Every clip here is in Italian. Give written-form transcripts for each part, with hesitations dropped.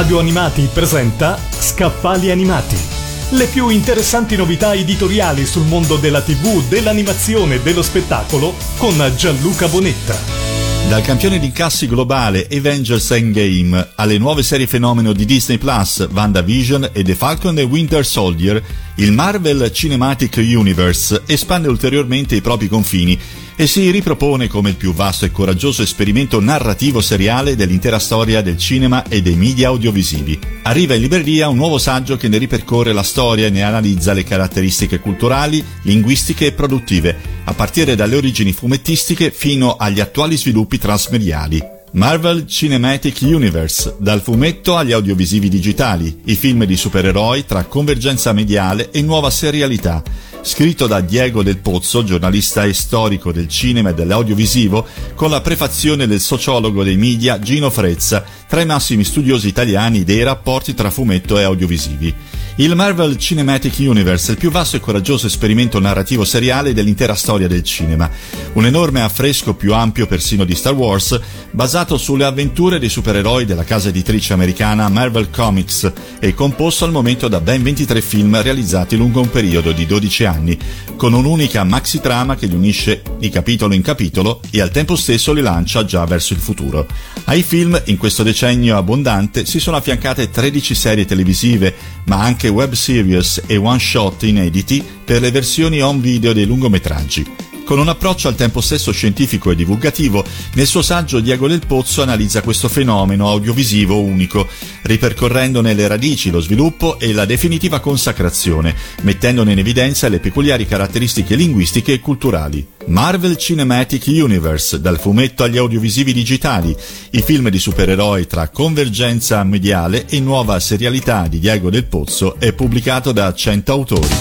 Radio Animati presenta Scaffali Animati. Le più interessanti novità editoriali sul mondo della TV, dell'animazione e dello spettacolo con Gianluca Bonetta. Dal campione di incassi globale Avengers Endgame alle nuove serie fenomeno di Disney Plus, WandaVision e The Falcon and Winter Soldier, il Marvel Cinematic Universe espande ulteriormente i propri confini e si ripropone come il più vasto e coraggioso esperimento narrativo seriale dell'intera storia del cinema e dei media audiovisivi. Arriva in libreria un nuovo saggio che ne ripercorre la storia e ne analizza le caratteristiche culturali, linguistiche e produttive, a partire dalle origini fumettistiche fino agli attuali sviluppi transmediali. Marvel Cinematic Universe, dal fumetto agli audiovisivi digitali, i film di supereroi tra convergenza mediale e nuova serialità. Scritto da Diego Del Pozzo, giornalista e storico del cinema e dell'audiovisivo, con la prefazione del sociologo dei media Gino Frezza, tra i massimi studiosi italiani dei rapporti tra fumetto e audiovisivi. Il Marvel Cinematic Universe è il più vasto e coraggioso esperimento narrativo seriale dell'intera storia del cinema. Un enorme affresco più ampio persino di Star Wars, basato sulle avventure dei supereroi della casa editrice americana Marvel Comics e composto al momento da ben 23 film realizzati lungo un periodo di 12 anni, con un'unica maxi-trama che li unisce di capitolo in capitolo e al tempo stesso li lancia già verso il futuro. Ai film, in questo decennio abbondante, si sono affiancate 13 serie televisive, ma anche web series e one shot inediti per le versioni home video dei lungometraggi. Con un approccio al tempo stesso scientifico e divulgativo, nel suo saggio Diego Del Pozzo analizza questo fenomeno audiovisivo unico, ripercorrendone le radici, lo sviluppo e la definitiva consacrazione, mettendone in evidenza le peculiari caratteristiche linguistiche e culturali. Marvel Cinematic Universe, dal fumetto agli audiovisivi digitali, i film di supereroi tra convergenza mediale e nuova serialità di Diego Del Pozzo, è pubblicato da 100 autori.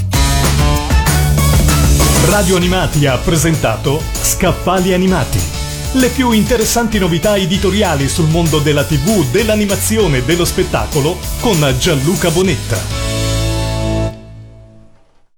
Radio Animati ha presentato Scaffali Animati. Le più interessanti novità editoriali sul mondo della TV, dell'animazione e dello spettacolo con Gianluca Bonetta.